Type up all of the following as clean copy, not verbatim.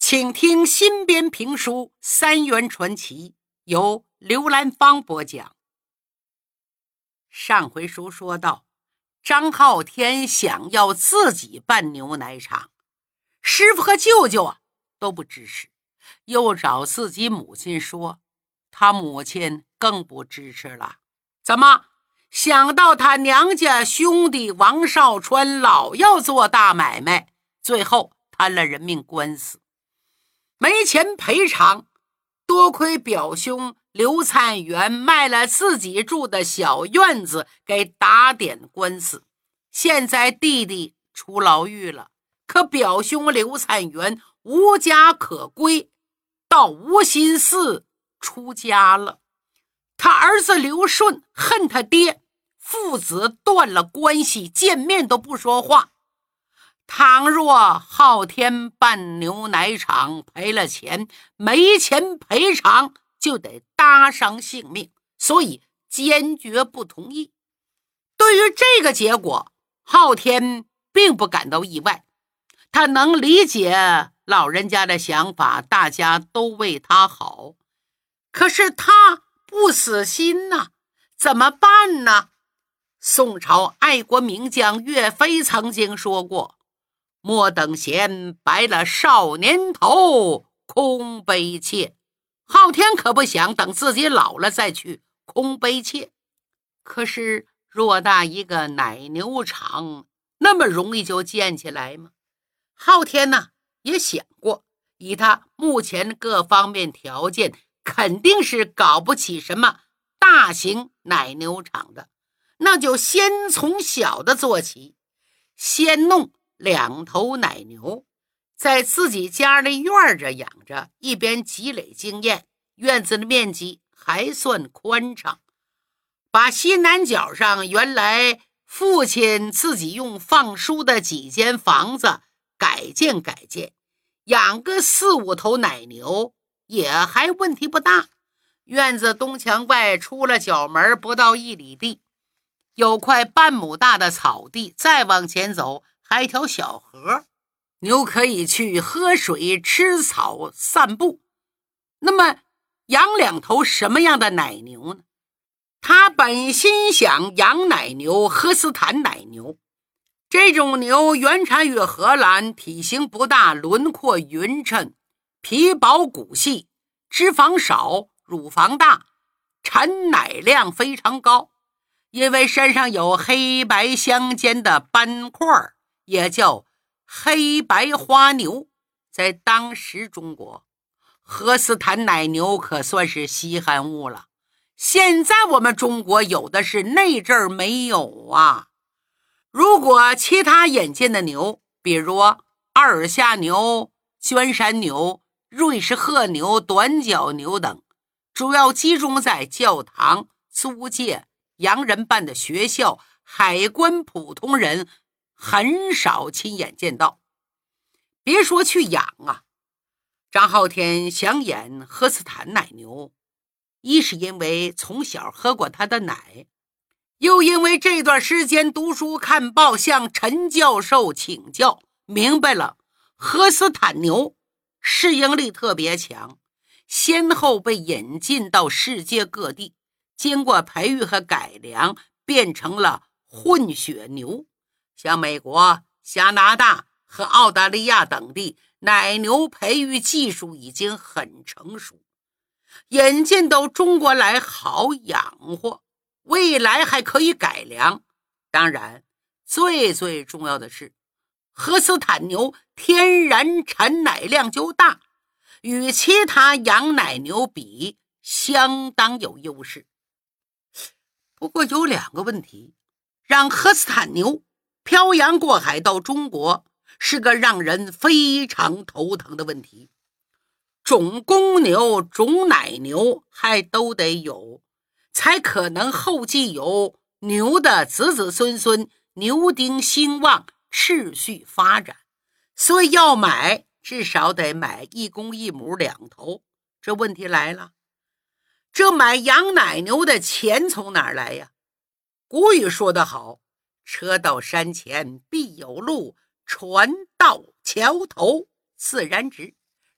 请听新编评书《三元传奇》，由刘兰芳播讲。上回书说到，张浩天想要自己办牛奶厂，师傅和舅舅都不支持，又找自己母亲说，他母亲更不支持了。怎么想到他娘家兄弟王少川老要做大买卖，最后摊了人命官司，没钱赔偿，多亏表兄刘灿元卖了自己住的小院子给打点官司，现在弟弟出牢狱了，可表兄刘灿元无家可归，到无心寺出家了。他儿子刘顺恨他爹，父子断了关系，见面都不说话。倘若昊天办牛奶厂赔了钱，没钱赔偿就得搭上性命，所以坚决不同意。对于这个结果，昊天并不感到意外，他能理解老人家的想法，大家都为他好。可是他不死心呐，怎么办呢？宋朝爱国名将岳飞曾经说过，莫等闲，白了少年头，空悲切。昊天可不想等自己老了再去空悲切。可是偌大一个奶牛场，那么容易就建起来吗？昊天呢，也想过，以他目前各方面条件，肯定是搞不起什么大型奶牛场的，那就先从小的做起，先弄2头奶牛，在自己家的院着养着，一边积累经验。院子的面积还算宽敞，把西南角上原来父亲自己用放书的几间房子改建，养个4、5头奶牛也还问题不大。院子东墙外出了角门不到1里地，有块半亩大的草地，再往前走还一条小河，牛可以去喝水、吃草、散步。那么养2头什么样的奶牛呢？他本心想养奶牛，荷斯坦奶牛。这种牛原产于荷兰，体型不大，轮廓匀称，皮薄骨细，脂肪少，乳房大，产奶量非常高。因为身上有黑白相间的斑块，也叫黑白花牛。在当时中国，荷斯坦奶牛可算是稀罕物了。现在我们中国有的是，那阵儿没有啊。如果其他引进的牛，比如阿尔夏牛、娟山牛、瑞士褐牛、短角牛等，主要集中在教堂、租界、洋人办的学校、海关，普通人很少亲眼见到，别说去养啊。张昊天想演荷斯坦奶牛，一是因为从小喝过他的奶，又因为这段时间读书看报，向陈教授请教，明白了荷斯坦牛适应力特别强，先后被引进到世界各地，经过培育和改良，变成了混血牛。像美国、加拿大和澳大利亚等地，奶牛培育技术已经很成熟，引进到中国来好养活，未来还可以改良。当然最重要的是，荷斯坦牛天然产奶量就大，与其他养奶牛比相当有优势。不过有2个问题，让荷斯坦牛漂洋过海到中国是个让人非常头疼的问题。种公牛、种奶牛还都得有，才可能后继有牛的子子孙孙，牛丁兴旺，持续发展。所以要买，至少得买1公1母2头。这问题来了，这买养奶牛的钱从哪儿来呀？古语说得好，车到山前必有路，船到桥头自然直。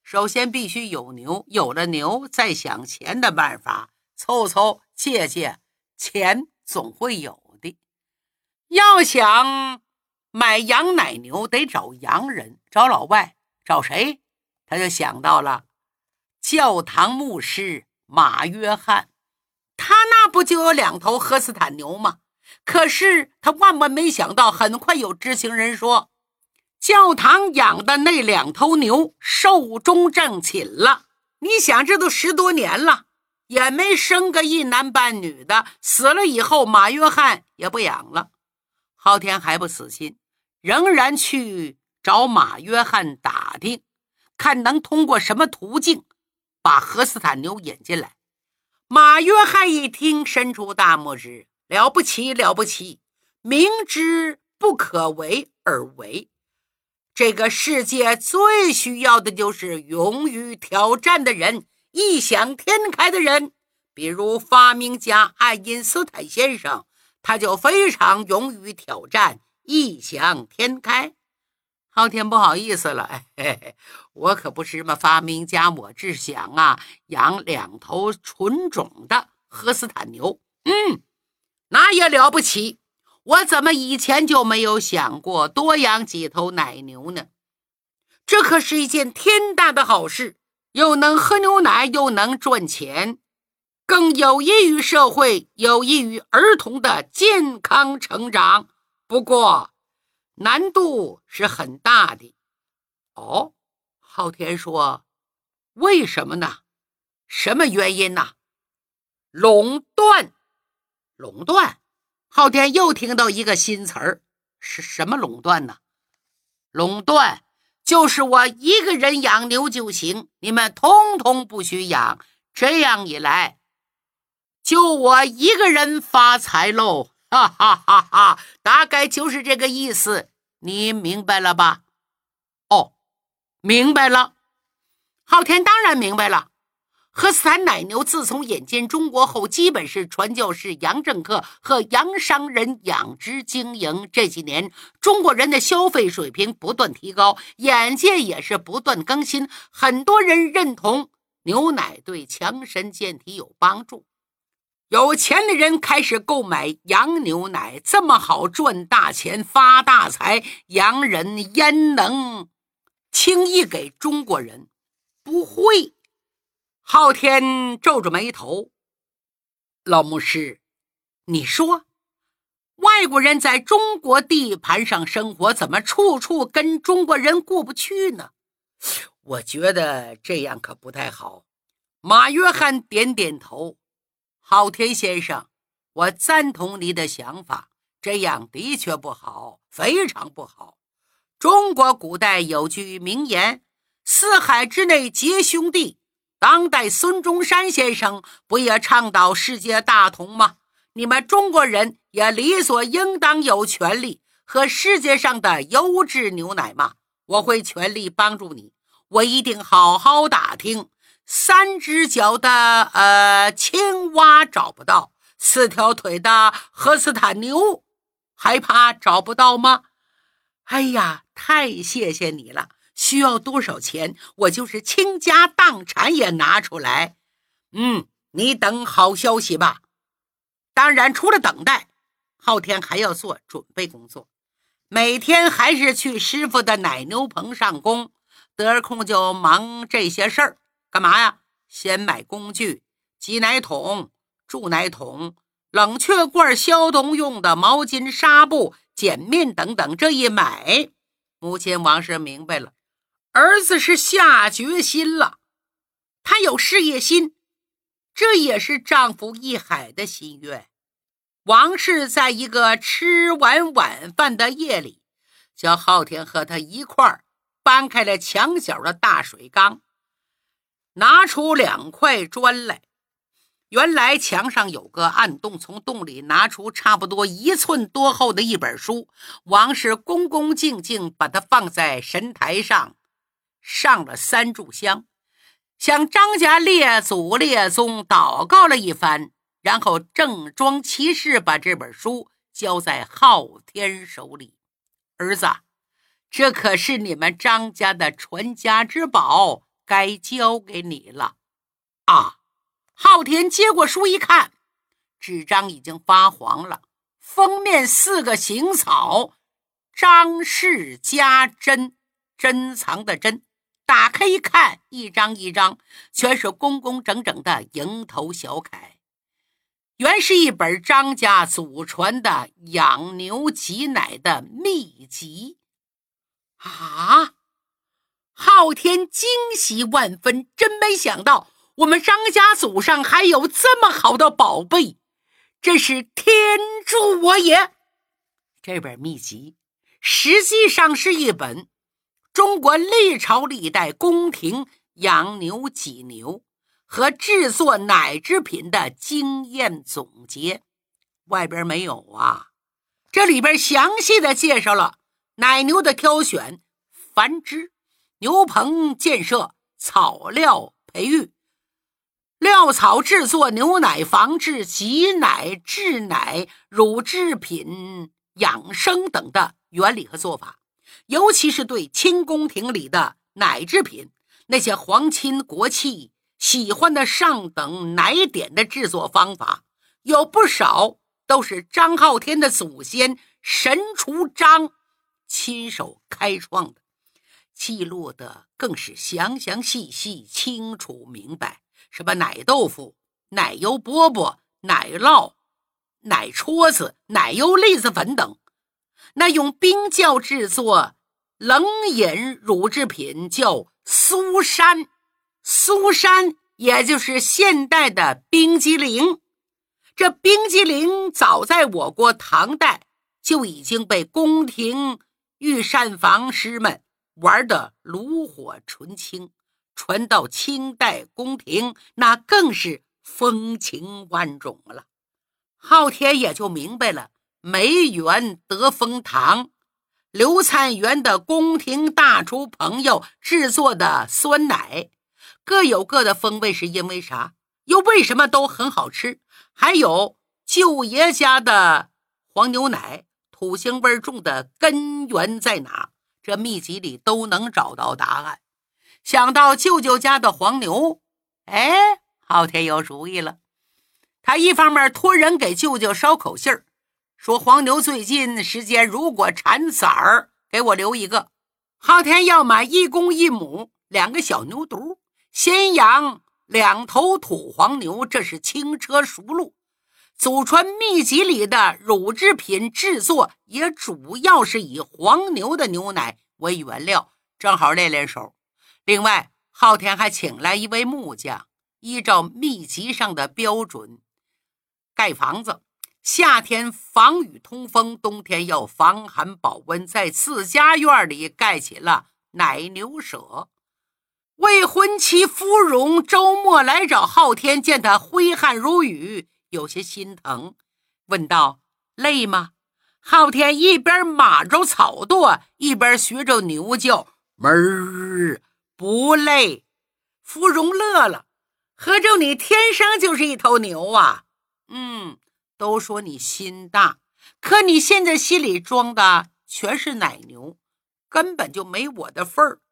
首先必须有牛，有了牛再想钱的办法，凑凑借借，钱总会有的。要想买洋奶牛得找洋人，找老外，找谁？他就想到了教堂牧师马约翰，他那不就有2头荷斯坦牛吗？可是他万万没想到，很快有知情人说，教堂养的那2头牛寿终正寝了。你想，这都10多年了，也没生个一男半女的，死了以后马约翰也不养了。昊天还不死心，仍然去找马约翰打听，看能通过什么途径把荷斯坦牛引进来。马约翰一听，伸出大拇指，了不起了不起，明知不可为而为。这个世界最需要的就是勇于挑战的人，异想天开的人。比如发明家爱因斯坦先生，他就非常勇于挑战，异想天开。昊天不好意思了，我可不是什么发明家，我只想养2头纯种的荷斯坦牛。那也了不起，我怎么以前就没有想过多养几头奶牛呢？这可是一件天大的好事，又能喝牛奶，又能赚钱，更有益于社会，有益于儿童的健康成长。不过难度是很大的。哦，昊天说，为什么呢？什么原因呢？垄断。垄断？昊天又听到一个新词儿，是什么垄断呢？垄断就是我一个人养牛就行，你们通通不许养，这样一来就我一个人发财喽，哈哈哈哈！大概就是这个意思，你明白了吧？哦，明白了。昊天当然明白了。荷斯坦奶牛自从引进中国后，基本是传教士、洋政客和洋商人养殖经营。这几年中国人的消费水平不断提高，眼界也是不断更新，很多人认同牛奶对强身健体有帮助。有钱的人开始购买洋牛奶，这么好赚大钱发大财，洋人焉能轻易给中国人？不会。昊天皱着眉头，老牧师，你说外国人在中国地盘上生活，怎么处处跟中国人过不去呢？我觉得这样可不太好。马约翰点点头，昊天先生，我赞同你的想法，这样的确不好，非常不好。中国古代有句名言，四海之内皆兄弟，当代孙中山先生不也倡导世界大同吗？你们中国人也理所应当有权利喝世界上的优质牛奶吗？我会全力帮助你，我一定好好打听。3只脚的青蛙找不到，4条腿的荷斯坦牛还怕找不到吗？哎呀，太谢谢你了，需要多少钱我就是倾家荡产也拿出来。你等好消息吧。当然除了等待，昊天还要做准备工作，每天还是去师傅的奶牛棚上工，得空就忙这些事儿。干嘛呀？先买工具，挤奶桶、注奶桶、冷却罐、消毒用的毛巾、纱布、碱面等等，这一买，母亲王氏明白了，儿子是下决心了，他有事业心，这也是丈夫一海的心愿。王氏在一个吃完晚饭的夜里，叫昊天和他一块儿搬开了墙角的大水缸，拿出2块砖来。原来墙上有个暗洞，从洞里拿出差不多1寸多厚的一本书，王氏恭恭敬敬把它放在神台上，上了3炷香，向张家列祖列宗祷告了一番，然后郑庄其事把这本书交在昊天手里。儿子，这可是你们张家的传家之宝， 该交给你了。啊！昊天接过书一看，纸张已经发黄了，封面4个行草，张氏家珍，珍藏的珍。打开一看，一张一张全是工工整整的蝇头小楷，原是一本张家祖传的养牛挤奶的秘籍。啊！昊天惊喜万分，真没想到我们张家祖上还有这么好的宝贝，真是天助我也。这本秘籍实际上是一本中国历朝历代宫廷养牛挤牛和制作奶制品的经验总结，外边没有啊，这里边详细的介绍了奶牛的挑选、繁殖、牛棚建设、草料培育、料草制作、牛奶防治、挤奶、制奶、乳制品养生等的原理和做法，尤其是对清宫廷里的奶制品，那些皇亲国戚喜欢的上等奶点的制作方法，有不少都是张昊天的祖先神厨张亲手开创的，记录的更是详详细细、清楚明白。什么奶豆腐、奶油饽饽、奶酪、奶戳子、奶油栗子粉等。那用冰窖制作冷饮乳制品叫酥山，酥山也就是现代的冰激凌。这冰激凌早在我国唐代就已经被宫廷御膳房师们玩得炉火纯青，传到清代宫廷，那更是风情万种了。昊天也就明白了梅园德丰堂刘灿元的宫廷大厨朋友制作的酸奶各有各的风味，是因为啥？又为什么都很好吃？还有舅爷家的黄牛奶土腥味重的根源在哪？这秘籍里都能找到答案。想到舅舅家的黄牛，昊天有主意了。他一方面托人给舅舅捎口信儿，说黄牛最近时间如果产崽儿，给我留一个。昊天要买1公1母2个小牛犊，先养2头土黄牛，这是轻车熟路。祖传秘籍里的乳制品制作也主要是以黄牛的牛奶为原料，正好练练手。另外，昊天还请来一位木匠，依照秘籍上的标准盖房子，夏天防雨通风，冬天要防寒保温，在自家院里盖起了奶牛舍。未婚妻芙蓉周末来找昊天，见他挥汗如雨，有些心疼，问道：累吗？昊天一边码着草垛，一边学着牛叫：哞，不累。芙蓉乐了：合着你天生就是一头牛啊？都说你心大，可你现在心里装的全是奶牛，根本就没我的份儿。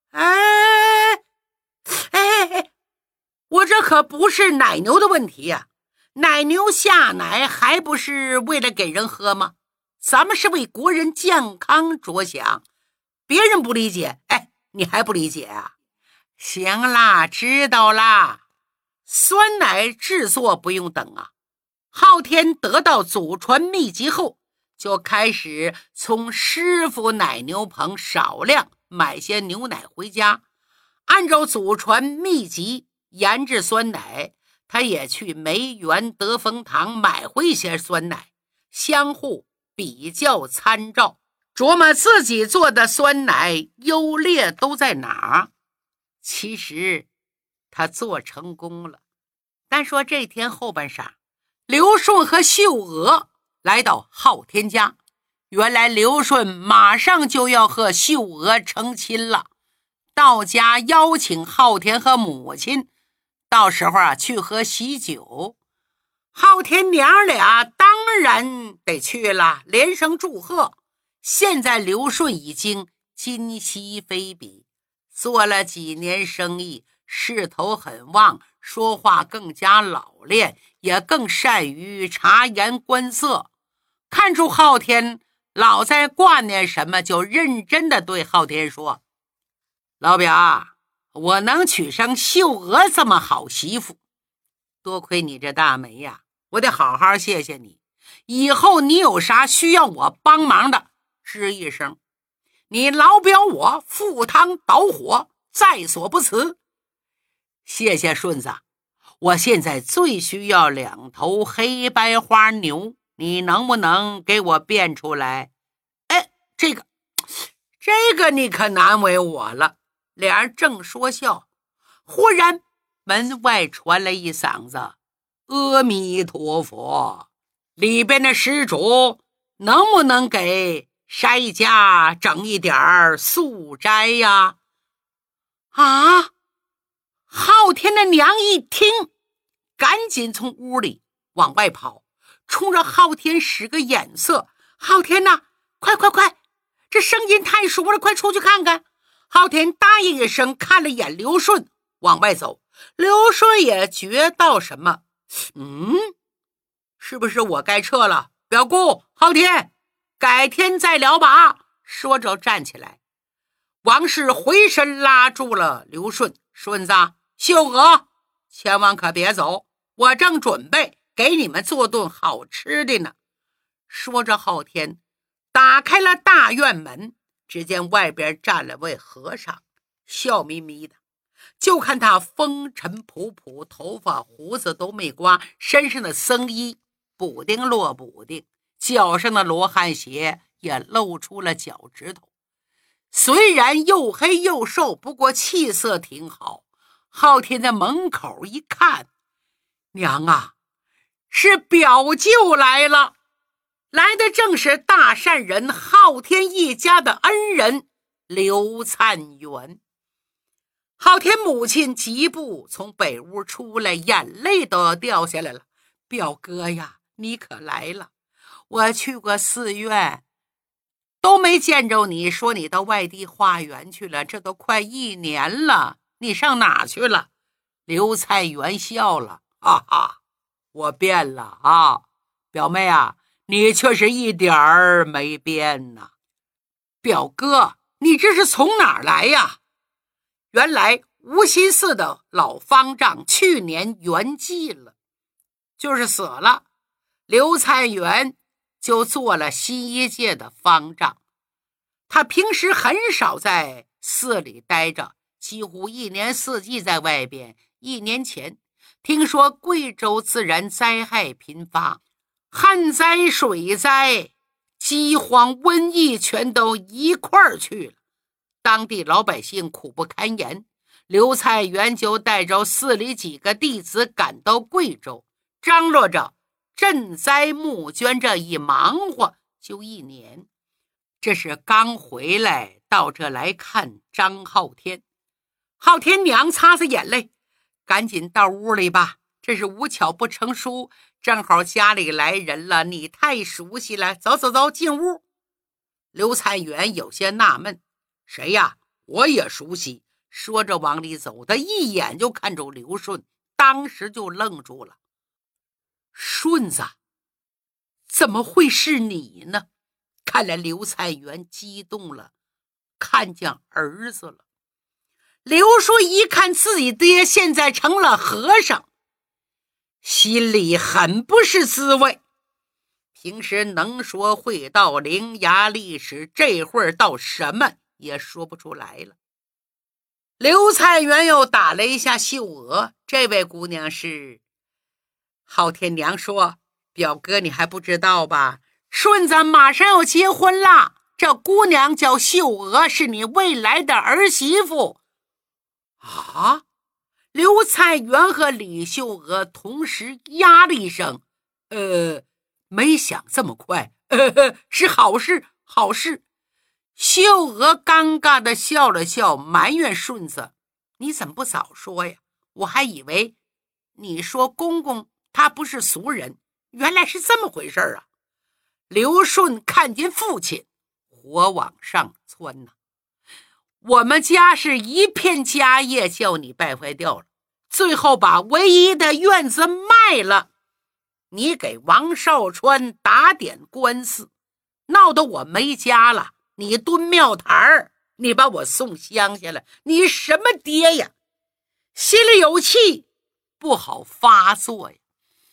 我这可不是奶牛的问题呀，奶牛下奶还不是为了给人喝吗？咱们是为国人健康着想，别人不理解，你还不理解啊？行啦，知道啦。酸奶制作不用等啊。昊天得到祖传秘籍后，就开始从师傅奶牛棚少量买些牛奶回家，按照祖传秘籍研制酸奶。他也去梅园德丰堂买回一些酸奶，相互比较参照，琢磨自己做的酸奶优劣都在哪儿。其实他做成功了。单说这天后半晌，刘顺和秀娥来到昊天家。原来刘顺马上就要和秀娥成亲了，到家邀请昊天和母亲，到时候去喝喜酒。昊天娘俩当然得去了，连声祝贺。现在刘顺已经今昔非彼， 做了几年生意，势头很旺，说话更加老练，也更善于察言观色。看出昊天老在挂念什么，就认真地对昊天说：老表，我能娶上秀娥这么好媳妇，多亏你这大媒呀，我得好好谢谢你。以后你有啥需要我帮忙的，吱一声，你老表我赴汤蹈火，在所不辞。谢谢顺子，我现在最需要2头黑白花牛，你能不能给我变出来？哎，这个你可难为我了。俩人正说笑，忽然门外传来一嗓子：阿弥陀佛，里边的施主能不能给筛家整一点素斋呀？啊！昊天的娘一听，赶紧从屋里往外跑，冲着昊天使个眼色：昊天哪，快，这声音太熟了，快出去看看。昊天答应一声，看了眼刘顺，往外走。刘顺也觉到什么，是不是我该撤了？表姑，昊天，改天再聊吧。说着站起来，王氏回身拉住了刘顺：顺子，秀娥，千万可别走，我正准备给你们做顿好吃的呢。说着，昊天打开了大院门，只见外边站了位和尚，笑眯眯的。就看他风尘仆仆，头发胡子都没刮，身上的僧衣补丁落补丁，脚上的罗汉鞋也露出了脚趾头。虽然又黑又瘦，不过气色挺好。昊天在门口一看，娘啊，是表舅来了。来的正是大善人昊天一家的恩人刘灿元。昊天母亲疾步从北屋出来，眼泪都要掉下来了。表哥呀，你可来了，我去过寺院都没见着你，说你到外地化缘去了，这都快1年了，你上哪去了？刘灿元笑了，哈哈，我变了啊，表妹啊，你却是一点儿没变呐。表哥，你这是从哪儿来呀？原来无心寺的老方丈去年圆寂了，就是死了，刘灿元就做了新一届的方丈。他平时很少在寺里待着，几乎1年4季在外边。1年前听说贵州自然灾害频发，旱灾、水灾、饥荒、瘟疫全都一块儿去了，当地老百姓苦不堪言。刘灿元就带着寺里几个弟子赶到贵州，张罗着赈灾募捐，这一忙活就1年。这是刚回来到这来看张昊天。昊天娘擦擦眼泪，赶紧到屋里吧，这是无巧不成书，正好家里来人了，你太熟悉了，走，进屋。刘灿元有些纳闷，谁呀？我也熟悉。说着往里走，他一眼就看着刘顺，当时就愣住了。顺子，怎么会是你呢？看来刘灿元激动了，看见儿子了。刘顺一看自己爹现在成了和尚，心里很不是滋味。平时能说会道，伶牙俐齿，这会儿到什么也说不出来了。刘灿元又打了一下秀娥，这位姑娘是昊天娘说，表哥你还不知道吧？顺子马上要结婚了，这姑娘叫秀娥，是你未来的儿媳妇。啊！刘灿元和李秀娥同时呀了一声，没想这么快，是好事，好事。秀娥尴尬地笑了笑，埋怨顺子，你怎么不早说呀？我还以为你说公公他不是俗人，原来是这么回事啊。刘顺看见父亲，火往上窜呐， 我们家是一片家业叫你败坏掉了，最后把唯一的院子卖了，你给王少川打点官司，闹得我没家了，你蹲庙台儿，你把我送乡下了，你什么爹呀？心里有气不好发作呀。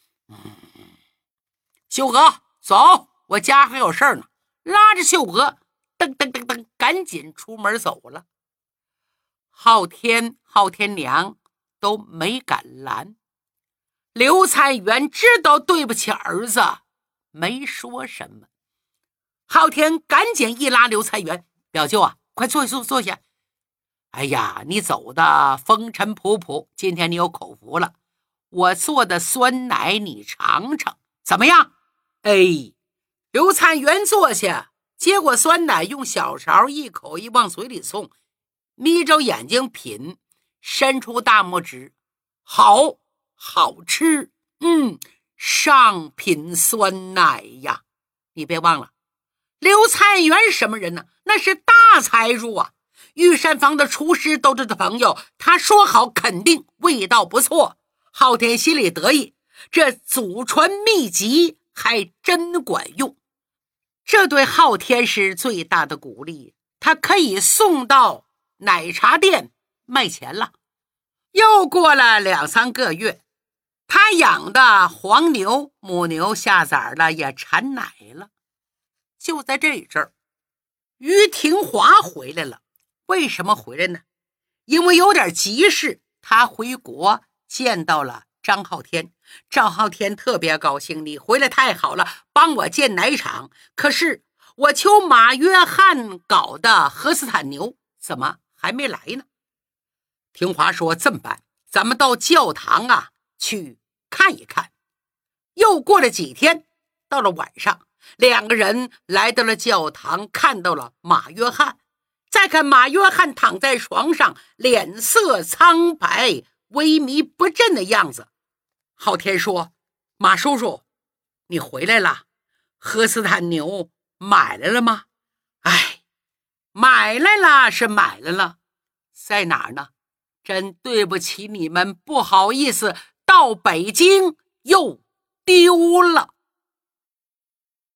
秀娥，走，我家还有事儿呢。拉着秀娥噔噔噔噔赶紧出门走了。昊天娘都没敢拦。刘参元知道对不起儿子，没说什么。昊天赶紧一拉刘参元，表舅啊，快坐下。哎呀，你走的风尘仆仆，今天你有口福了，我做的酸奶你尝尝怎么样？哎，刘参元坐下，接过酸奶，用小勺一口一往嘴里送，眯着眼睛品，伸出大拇指，好吃，上品酸奶呀。你别忘了，刘参元什么人呢？那是大财主啊，御膳房的厨师都是他朋友，他说好肯定味道不错。昊天心里得意，这祖传秘籍还真管用，这对昊天是最大的鼓励，他可以送到奶茶店卖钱了。又过了2-3个月，他养的黄牛母牛下崽了，也产奶了。就在这阵儿，于廷华回来了。为什么回来呢？因为有点急事，他回国见到了张昊天。张昊天特别高兴，你回来太好了，帮我建奶厂。可是我求马约翰搞的荷斯坦牛怎么还没来呢？廷华说，这么办，咱们到教堂啊去看一看。又过了几天，到了晚上，两个人来到了教堂，看到了马约翰。再看马约翰躺在床上，脸色苍白，萎靡不振的样子。昊天说，马叔叔，你回来了，荷斯坦牛买来了吗？哎，买来了是买来了，在哪儿呢？真对不起你们，不好意思，到北京又丢了。